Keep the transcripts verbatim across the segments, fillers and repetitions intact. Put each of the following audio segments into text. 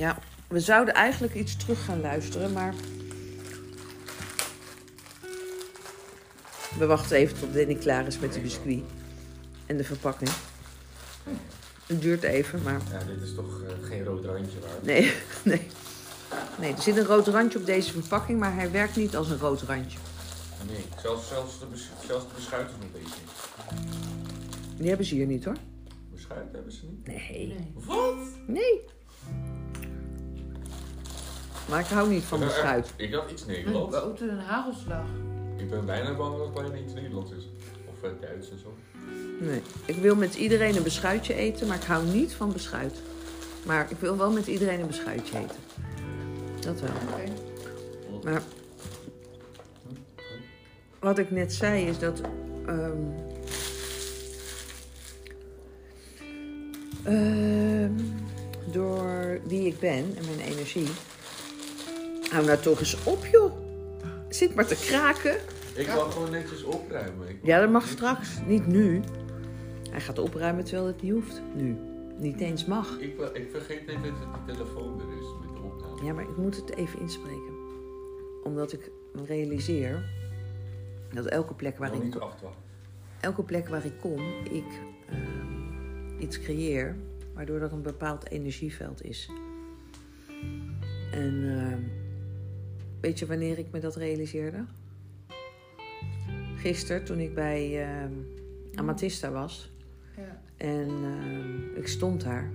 Ja, we zouden eigenlijk iets terug gaan luisteren, maar... We wachten even tot Danny klaar is met de biscuit. En de verpakking. Het duurt even, maar... Ja, dit is toch uh, geen rood randje waard? Nee, nee. Nee, er zit een rood randje op deze verpakking, maar hij werkt niet als een rood randje. Nee, zelfs, zelfs, de, bes zelfs de beschuiters nog deze niet. Die hebben ze hier niet, hoor. Beschuit hebben ze niet? Nee. Nee. Wat? Nee. Maar ik hou niet van Ik beschuit. dacht- Ik dacht iets Een Nederlands. boter, een hagelslag. Ik ben bijna bang dat het bijna iets Nederlands is. Of uh, Duits en zo. Nee. Ik wil met iedereen een beschuitje eten, maar ik hou niet van beschuit. Maar ik wil wel met iedereen een beschuitje eten. Dat wel. Oké. Maar wat ik net zei is dat... Um, um, door wie ik ben en mijn energie... Hou nou toch eens op, joh. Zit maar te kraken. Ik wil gewoon netjes opruimen. Ik Ja, dat mag straks. Niet nu. Hij gaat opruimen terwijl het niet hoeft. Nu. Niet eens mag. Ik, wil- ik vergeet even dat die telefoon er is met de opname. Ja, maar ik moet het even inspreken. Omdat ik me realiseer... dat elke plek waar Nog ik... niet afwachten. elke plek waar ik kom, ik uh, iets creëer, waardoor er een bepaald energieveld is. En uh, weet je wanneer ik me dat realiseerde? Gisteren, toen ik bij uh, Amatista was. Ja. En uh, ik stond daar.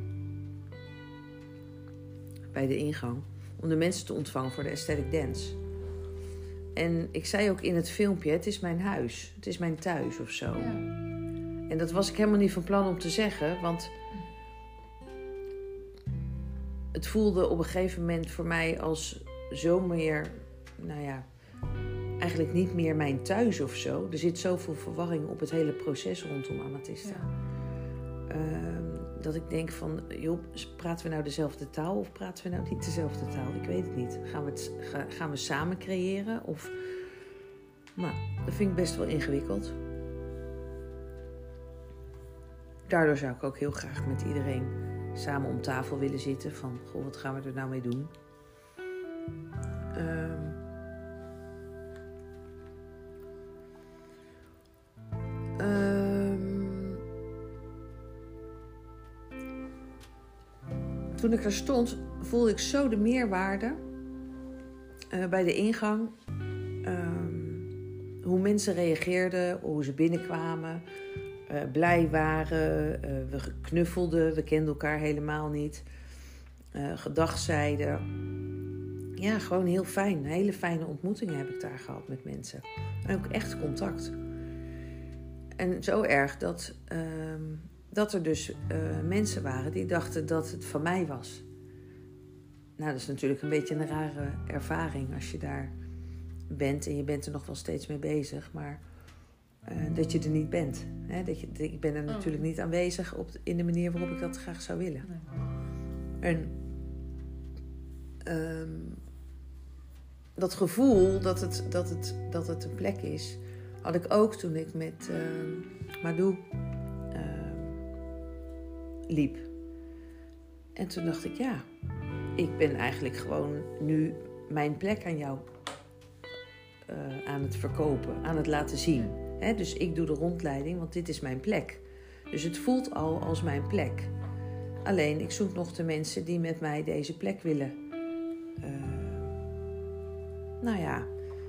Bij de ingang. Om de mensen te ontvangen voor de Aesthetic Dance. En ik zei ook in het filmpje, het is mijn huis. Het is mijn thuis of zo. Ja. En dat was ik helemaal niet van plan om te zeggen. Want het voelde op een gegeven moment voor mij als zo meer... Nou ja, eigenlijk niet meer mijn thuis of zo. Er zit zoveel verwarring op het hele proces rondom Amatista. Ja. Uh, dat ik denk van, joh, praten we nou dezelfde taal of praten we nou niet dezelfde taal? Ik weet het niet. Gaan we, het, ga, gaan we samen creëren? Of... Nou, dat vind ik best wel ingewikkeld. Daardoor zou ik ook heel graag met iedereen samen om tafel willen zitten. Van, goh, wat gaan we er nou mee doen? Um, um, toen ik er stond, voelde ik zo de meerwaarde uh, bij de ingang. Um, hoe mensen reageerden, hoe ze binnenkwamen. Uh, blij waren, uh, we knuffelden, we kenden elkaar helemaal niet. Uh, gedag zeiden. Ja, gewoon heel fijn. Hele fijne ontmoetingen heb ik daar gehad met mensen. En ook echt contact. En zo erg dat, uh, dat er dus uh, mensen waren die dachten dat het van mij was. Nou, dat is natuurlijk een beetje een rare ervaring als je daar bent. En je bent er nog wel steeds mee bezig, maar... Uh, dat je er niet bent. Hè? Dat je, ik ben er natuurlijk niet aanwezig op, in de manier waarop ik dat graag zou willen. Nee. En um, dat gevoel dat het, dat, het, dat het een plek is, had ik ook toen ik met uh, Madou uh, liep. En toen dacht ik, ja, ik ben eigenlijk gewoon nu mijn plek aan jou uh, aan het verkopen, aan het laten zien. He, dus ik doe de rondleiding, want dit is mijn plek. Dus het voelt al als mijn plek. Alleen, ik zoek nog de mensen die met mij deze plek willen. Uh, nou ja.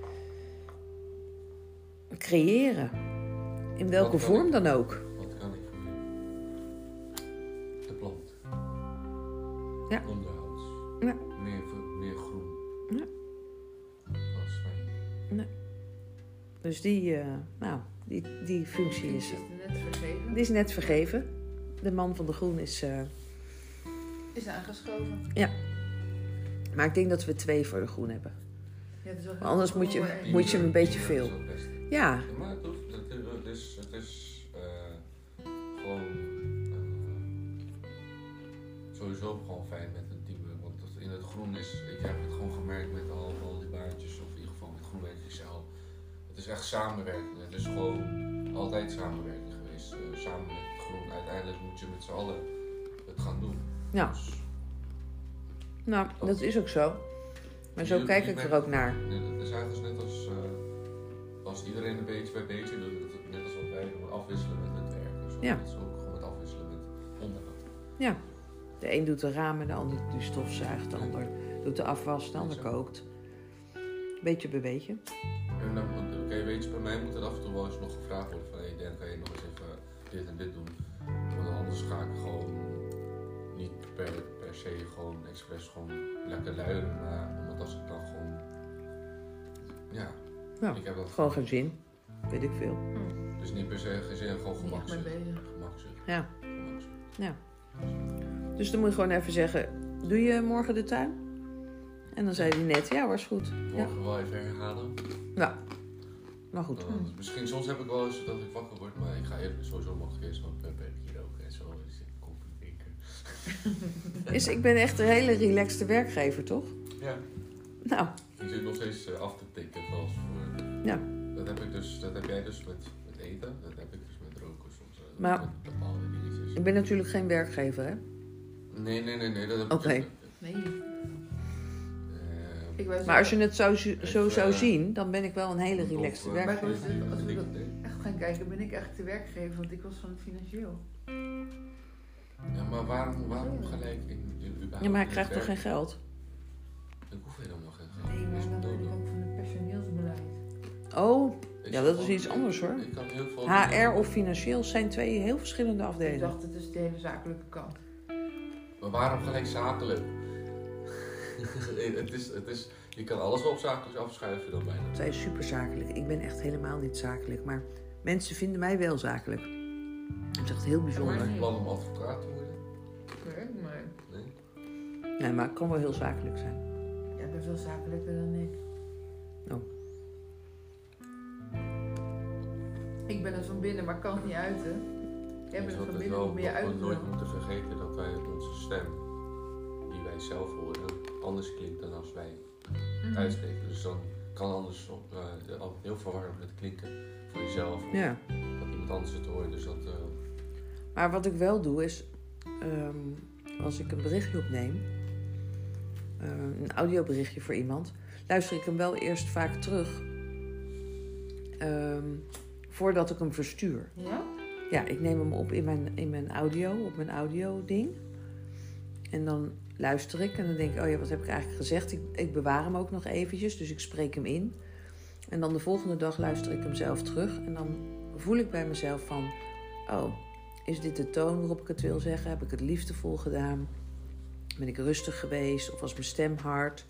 Creëren. In welke vorm ik, dan ook. Wat kan ik voor je? De plant. Ja. Onderhoud. Ja. Meer, meer groen. Ja. Dat is fijn. Nee. Dus die, uh, nou, die, die functie is, is net vergeven. die is net vergeven. De man van de groen is... Uh, is aangeschoven. Ja. Maar ik denk dat we twee voor de groen hebben. Ja, dat is wel Maar anders moet je, en... moet je hem een beetje Ja, veel. dat is het beste. Ja. Ja, maar het, hoeft, het, het is, het is uh, gewoon uh, sowieso gewoon fijn met een team. Want in het groen is, ik heb het gewoon gemerkt met al, al die baantjes, of in ieder geval met Groen Werk X L. Het is echt samenwerking. Het is gewoon altijd samenwerking geweest. Uh, samen met het groen. Uiteindelijk moet je met z'n allen het gaan doen. Ja. Dus, Nou, dat is ook zo. Maar zo Je- kijk je ik er bent- ook naar. Nee, dat is eigenlijk net als, uh, als iedereen een beetje bij beetje doet. Dat het net als wat wij doen, afwisselen met het werk. Dus Ja. Dat is ook gewoon het afwisselen met onderhoud. Ja. De een doet de ramen, de ander doet de stofzuigt, de ander doet de afwas, de ander kookt. Beetje bij beetje. En dan, oké, okay, weet je, bij mij moet er af en toe wel eens nog gevraagd worden van, hey Dan, kan je nog eens even dit en dit doen? Want anders ga ik gewoon niet per, per se gewoon expres gewoon lekker luieren, maar omdat als ik dan gewoon, ja, Ja, ik heb dat Gewoon geen zin. Weet ik veel. Dus niet per se geen zin, gewoon Niet echt mee gemakzucht. bezig. Gemakzucht. Ja. Gemakzucht. Ja. Dus dan moet je gewoon even zeggen, doe je morgen de tuin? En dan zei hij net, ja, was goed. Ja. Morgen wel even herhalen. Nou, maar goed. Dan, misschien soms heb ik wel eens dat ik wakker word, maar ik ga even sowieso morgen eerst nog een beperk hier ook en zo. Dus ik koffie drinken. Is, ik ben echt een hele relaxte werkgever, toch? Ja. Nou, Ik zit nog steeds uh, af te tikken zoals voor. ja. Dat heb ik dus, dat heb jij dus met, met eten, dat heb ik dus met roken soms. Uh, Maar- met bepaalde dingetjes. Ik ben natuurlijk geen werkgever, hè? Nee, nee, nee, nee, dat heb ik Oké. dus- Nee. Eh, Ik wou Maar als je zeggen, het zo, zo Even, zou eh, zien, dan ben ik wel een hele of, relaxte eh, werkgever. Maar ik was- als we ik- dat echt gaan kijken, ben ik echt de werkgever, want ik was van het financieel. Ja, maar waarom, waarom gelijk in, in überhaupt Ja, maar hij in krijgt het toch geen werk? geld? Ik hoef helemaal geen geld. Nee, Dat maar is dan ben ik bedoeld. ook van het personeelsbeleid. Oh, Ik ja, dat kan- is iets anders, hoor. Ik kan heel veel H R dingen- of financieel zijn twee heel verschillende Ik afdelingen. dacht, het is de hele zakelijke kant. Maar waarom gelijk zakelijk? het is, het is, je kan alles wel op zakelijk afschuiven dan bijna. Zij is super zakelijk. Ik ben echt helemaal niet zakelijk. Maar mensen vinden mij wel zakelijk. Dat is echt heel Maar bijzonder. is het plan om advocaat te worden? Nee, maar Nee? Nee, maar het kan wel heel zakelijk zijn. jij bent veel zakelijker dan ik. Oh. Ik ben het van binnen, maar kan het niet uiten. Jij bent Dus het dat van is binnen, wel moet meer wat we uiten. nooit moeten vergeten dat wij onze stem, die wij zelf horen, anders klinkt dan als wij Mhm. uitspreken. Dus dan kan anders op, uh, heel verwarrend het klinken voor jezelf. Of Ja. dat iemand anders het hoort. Dus dat, uh, Maar wat ik wel doe is, ehm, als ik een berichtje opneem, eh, een audioberichtje voor iemand, luister ik hem wel eerst vaak terug. Ehm, voordat ik hem verstuur. Ja? Ja, ik neem hem op in mijn, in mijn audio, op mijn audio ding. En dan luister ik en dan denk ik, oh ja, wat heb ik eigenlijk gezegd? Ik, ik bewaar hem ook nog eventjes, dus ik spreek hem in. En dan de volgende dag luister ik hem zelf terug. En dan voel ik bij mezelf van, oh, is dit de toon waarop ik het wil zeggen? Heb ik het liefdevol gedaan? Ben ik rustig geweest? Of was mijn stem hard?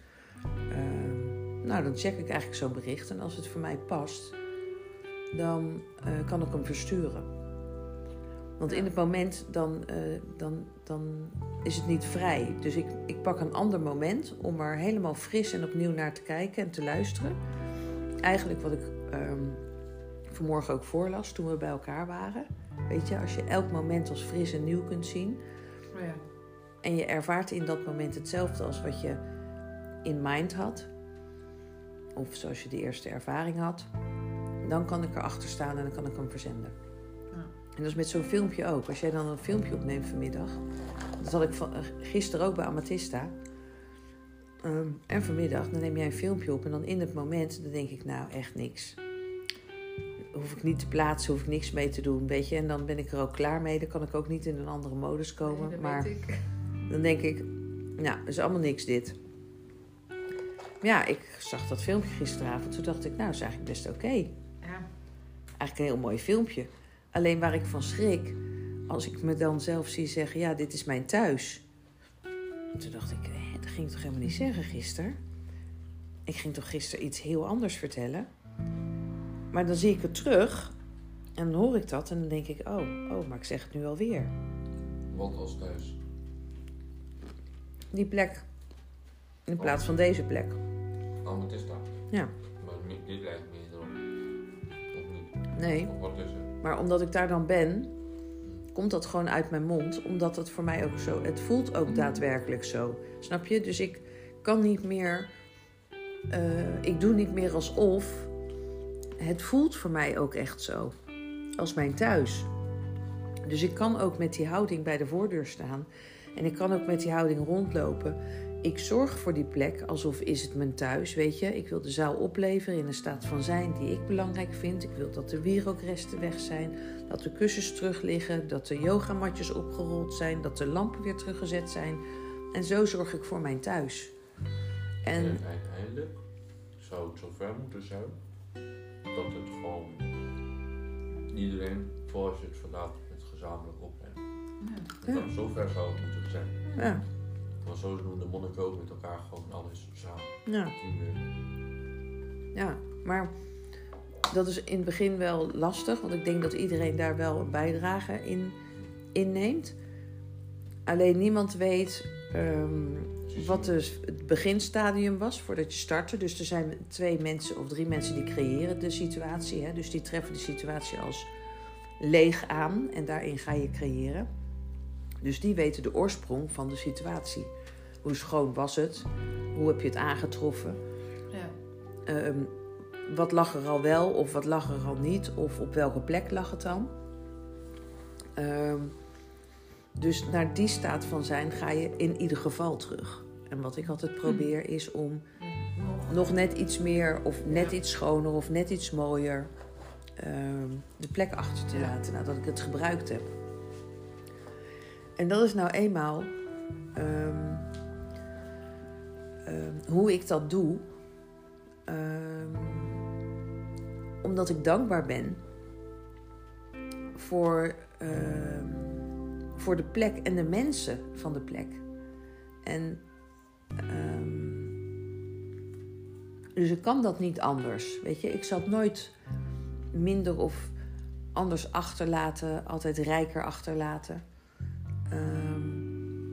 Ehm, nou, dan check ik eigenlijk zo'n bericht. En als het voor mij past, dan eh, kan ik hem versturen. Want in het moment, dan, eh, dan, dan is het niet vrij. Dus ik, ik pak een ander moment om er helemaal fris en opnieuw naar te kijken en te luisteren. Eigenlijk wat ik ehm, vanmorgen ook voorlas toen we bij elkaar waren. Weet je, als je elk moment als fris en nieuw kunt zien. Oh ja. En je ervaart in dat moment hetzelfde als wat je in mind had. Of zoals je de eerste ervaring had. Dan kan ik erachter staan en dan kan ik hem verzenden. Ja. En dat is met zo'n filmpje ook. Als jij dan een filmpje opneemt vanmiddag. Dat had ik van, uh, gisteren ook bij Amatista. Um, en vanmiddag, dan neem jij een filmpje op. En dan in het moment, dan denk ik, nou echt niks. Hoef ik niet te plaatsen, hoef ik niks mee te doen, weet je. En dan ben ik er ook klaar mee. Dan kan ik ook niet in een andere modus komen. Nee, dat maar weet ik. dan denk ik, nou, dat is allemaal niks dit. Maar ja, ik zag dat filmpje gisteravond. Toen dacht ik, nou, dat is eigenlijk best oké. Ja. Eigenlijk een heel mooi filmpje. Alleen waar ik van schrik, als ik me dan zelf zie zeggen, ja, dit is mijn thuis. En toen dacht ik, eh, dat ging ik toch helemaal niet zeggen gisteren? Ik ging toch gisteren iets heel anders vertellen? Maar dan zie ik het terug en dan hoor ik dat en dan denk ik, oh, oh, maar ik zeg het nu alweer. wat als thuis? Die plek, in plaats van deze plek. Amethysta. Ja, Maar niet- dit lijkt meer erop. Of niet? nee. Of wat is het? Maar omdat ik daar dan ben, komt dat gewoon uit mijn mond. Omdat het voor mij ook zo... Het voelt ook daadwerkelijk zo. Snap je? Dus ik kan niet meer... Uh, ik doe niet meer alsof. Het voelt voor mij ook echt zo. Als mijn thuis. Dus ik kan ook met die houding bij de voordeur staan. En ik kan ook met die houding rondlopen. ik zorg voor die plek alsof is het mijn thuis, weet je. Ik wil de zaal opleveren in een staat van zijn die ik belangrijk vind. Ik wil dat de wierookresten weg zijn, dat de kussens terug liggen, dat de yogamatjes opgerold zijn, dat de lampen weer teruggezet zijn. En zo zorg ik voor mijn thuis. En, En uiteindelijk zou het zover moeten zijn dat het gewoon iedereen voor je het verlaat het gezamenlijk opneemt. Ja. Ja. Zover zou het moeten zijn. ja, Want zo doen de monniken ook met elkaar gewoon alles samen. ja, ja, maar dat is in het begin wel lastig, want ik denk dat iedereen daar wel een bijdrage in inneemt. Alleen niemand weet um, wat dus het beginstadium was voordat je startte. Dus er zijn twee mensen of drie mensen die creëren de situatie. Hè? Dus die treffen de situatie als leeg aan en daarin ga je creëren. Dus die weten de oorsprong van de situatie. Hoe schoon was het? Hoe heb je het aangetroffen? Ja. Um, wat lag er al wel of wat lag er al niet? Of op welke plek lag het dan? Um, dus naar die staat van zijn ga je in ieder geval terug. En wat ik altijd probeer is om Nog. nog net iets meer of net iets schoner of net iets mooier um, de plek achter te laten nadat ik het gebruikt heb. En dat is nou eenmaal um, um, hoe ik dat doe. Um, omdat ik dankbaar ben voor, um, voor de plek en de mensen van de plek. En um, dus ik kan dat niet anders. Weet je, ik zal het nooit minder of anders achterlaten, altijd rijker achterlaten. Um,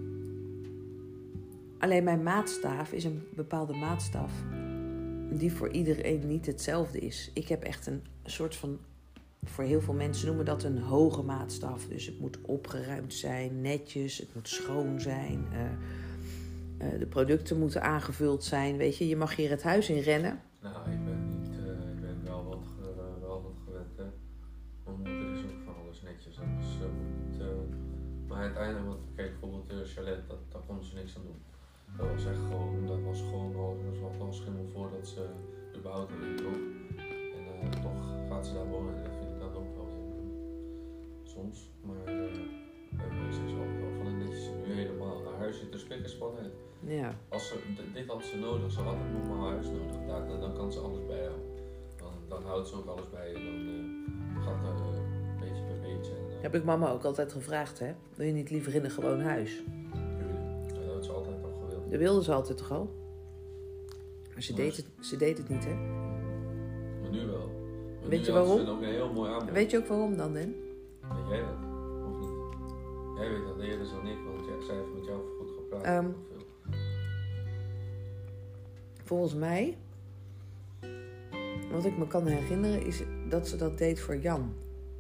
alleen mijn maatstaf is een bepaalde maatstaf die voor iedereen niet hetzelfde is. Ik heb echt een soort van, voor heel veel mensen noemen dat een hoge maatstaf. Dus het moet opgeruimd zijn, netjes, het moet schoon zijn. Uh, uh, de producten moeten aangevuld zijn. Weet je, je mag hier het huis in rennen. Nou, ik ben niet, uh, ik ben wel wat, uh, wel wat gewend, hè. Mijn moeder is ook van alles netjes. Dus, uh, niet, uh, maar uiteindelijk, want kijk, bijvoorbeeld uh, Chalet, dat, daar konden ze niks aan doen. Dat was echt gewoon, dat was gewoon al, dat was al schimmel voordat ze überhaupt erin trok. En uh, toch gaat ze daar wonen en dat vind ik dat ook wel heel soms. Maar uh, ze is ook wel van het netjes nu helemaal. Haar huis ziet er spik en span uit. Ja. Als ze, d- dit had ze nodig, ze had een normaal huis nodig. Daar, dan, dan kan ze alles bijhouden. Dan, dan houdt ze ook alles bij en dan uh, gaat het uh, beetje bij beetje. En, uh, Heb ik mama ook altijd gevraagd, hè? Wil je niet liever in een gewoon huis? ja, dat had ze altijd al gewild. Dat wilde ze altijd toch al? Maar ze, Maar deed het, ze deed het niet, hè? Maar nu wel. Maar Weet nu je had waarom? Ze ook een heel mooi aanbod. Weet je ook waarom dan, Den? Weet jij dat? Of niet? Jij weet dat eerder dan ik, want ja, zij heeft met jou goed gepraat. Um, nog veel. Volgens mij, wat ik me kan herinneren, is dat ze dat deed voor Jan.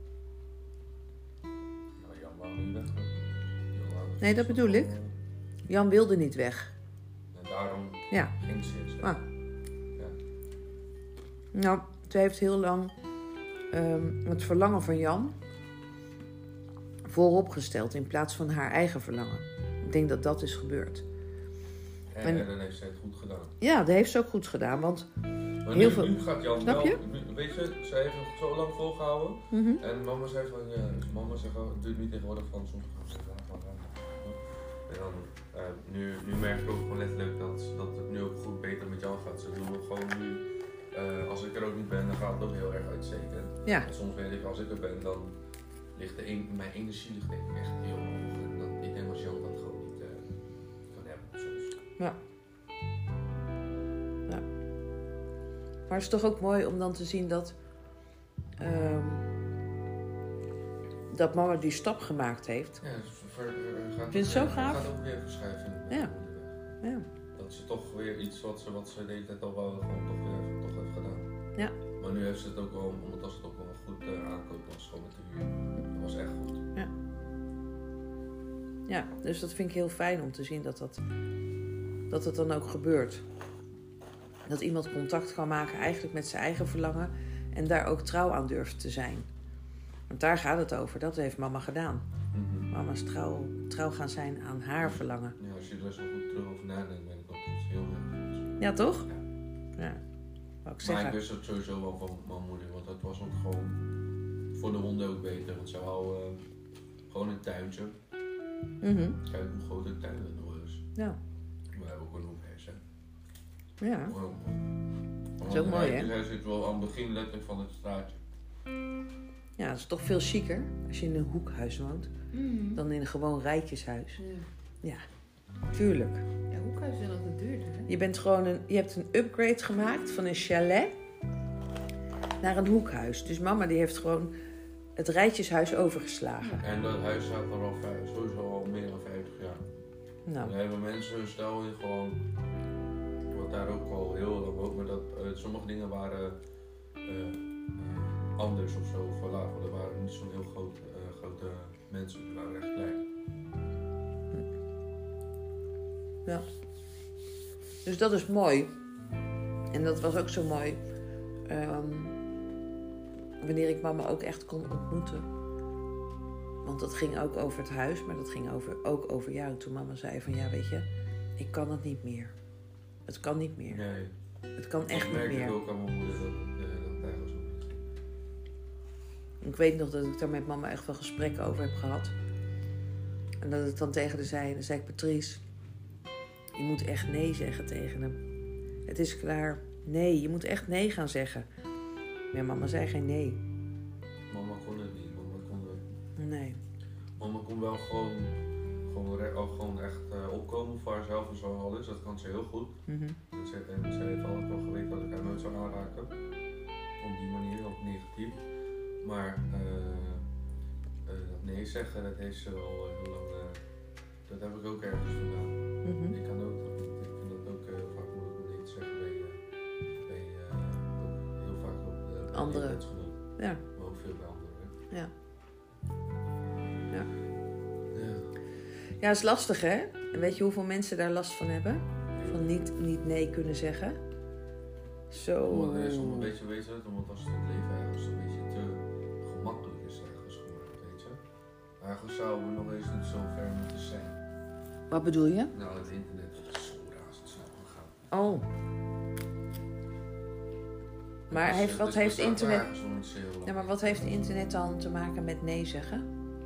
Nou, Jan wou niet weg. Nee, dat bedoel ik. Jan wilde niet weg. En daarom Ja. ging ze eens. Ah. Ja. Nou, ze heeft heel lang um, het verlangen van Jan voorop gesteld in plaats van haar eigen verlangen. Ik denk dat dat is gebeurd. En, En- en dan heeft zij het goed gedaan. Ja, dat heeft ze ook goed gedaan, want... Maar Heel nu, veel- nu gaat Jan Snap wel, je? nu- weet je, zij heeft het zo lang volgehouden. Mhm. En mama zei van, ja, dus mama zegt, oh, het duurt nu tegenwoordig van soms gaan ze laat maar gaan. En dan, uh, nu, nu merk ik ook gewoon letterlijk dat, dat het nu ook goed beter met Jan gaat. Ze doen ook gewoon nu, uh, als ik er ook niet ben, dan gaat het ook heel erg uitsteken. Ja. En soms weet ik, als ik er ben, dan ligt de een, mijn energie ligt denk ik echt heel hoog. En dan, ik denk als Jan dat gewoon niet uh, kan hebben soms. Ja. Ja. Maar het is toch ook mooi om dan te zien dat... Um, dat mama die stap gemaakt heeft. Ja, dus ver, ver, gaat Vind je het zo ook- gaaf? gaat ook weer verschuiving. Ja. Ja. Dat ze toch weer iets wat ze, wat ze de hele tijd al wou, gewoon toch weer toch heeft gedaan. Ja. Maar nu heeft ze het ook wel, omdat ze het ook wel goed uh, aankoop was, gewoon met de huur. Dat was echt goed. Ja, dus dat vind ik heel fijn om te zien dat dat, dat het dan ook gebeurt. Dat iemand contact kan maken eigenlijk met zijn eigen verlangen en daar ook trouw aan durft te zijn. Want daar gaat het over, dat heeft mama gedaan. Mm-hmm. Mama's trouw, trouw gaan zijn aan haar verlangen. Ja, als je er zo goed terug over nadenkt, ben ik Ja, toch? Ja. Ja. Wou ik Maar zeggen. ik wist het sowieso wel van mijn moeder, want dat was ook gewoon voor de honden ook beter. Want ze wou uh, gewoon een tuintje. Mhm. Kijk hoe groot de tuin nog is. Ja. We hebben ook een hoekhuis, hè. Ja. Oh, Dat is ook mooi, hè? Hij zit wel aan het begin letterlijk van het straatje. Ja, dat is toch veel chiquer als je in een hoekhuis woont Mm. dan in een gewoon rijtjeshuis. Ja. Tuurlijk. Ja, hoekhuizen zijn altijd duurder, hè? Je, bent gewoon een, je hebt een upgrade gemaakt van een chalet naar een hoekhuis. Dus mama die heeft gewoon het rijtjeshuis overgeslagen. En dat huis staat er al vijf, sowieso al meer dan vijftig jaar. Nou, Dan hebben mensen hun stijl in gewoon, wat daar ook al heel lang ook, maar dat uh, sommige dingen waren uh, uh, anders of zo, of laag, want er waren niet zo'n heel groot, uh, grote mensen, die waren echt klein. ja. Dus dat is mooi. En dat was ook zo mooi. Um, wanneer ik mama ook echt kon ontmoeten. Want dat ging ook over het huis, maar dat ging over, ook over jou. Toen mama zei van, ja weet je, ik kan het niet meer. Het kan niet meer. Nee. Het kan echt ik niet merkte meer. ook aan mijn moeder dat het uh, dat ergens op ging. Ik weet nog dat ik daar met mama echt wel gesprekken over heb gehad. En dat ik dan tegen haar zei, en dan zei ik, Patrice, je moet echt nee zeggen tegen hem. Het is klaar. Nee, je moet echt nee gaan zeggen. Maar mama zei geen nee. Mama kon het niet, mama kon het. Nee. Mama kon wel gewoon, gewoon, re- ook gewoon echt uh, opkomen voor haarzelf en zo alles, dat kan ze heel goed. Mm-hmm. En ze, en ze heeft altijd wel geweten dat ik haar nooit zou aanraken. Op die manier, ook negatief. Maar uh, uh, dat nee zeggen, dat heeft ze wel uh, heel lang. Uh, dat heb ik ook ergens vandaan. Mm-hmm. Ik kan ook, ik vind dat ook uh, heel vaak moeilijk om nee te zeggen bij, uh, bij uh, ook heel vaak op uh, Anderen. Ja. Maar ook veel bij anderen. Hè? Ja. Ja. Ja. Ja, het is lastig, hè? En weet je hoeveel mensen daar last van hebben? Van niet, niet nee kunnen zeggen. Zo. Omdat er is om een beetje, weet je het, omdat als het leven ergens een beetje te gemakkelijk is ergens gemaakt, weet je. Ergens zouden we nog eens niet zo ver moeten zijn. Wat bedoel je? Nou, het internet dat is zo razendsnel gegaan. Oh. Maar Dus, heeft, uh, wat dus heeft we staan internet... ergens om iets heel lang. Ja, maar wat heeft internet dan te maken met nee zeggen?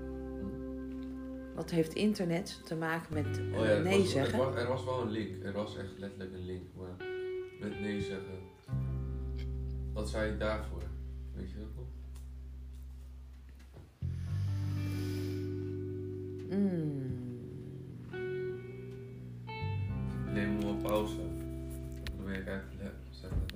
Wat heeft internet te maken met uh, Oh ja, het nee was, zeggen? Er was, er was wel een link, er was echt letterlijk een link, maar met nee zeggen. Wat zei ik daarvoor? Weet je dat nog? Mm. Neem hem op pauze. Dan ben ik uit de zeggen.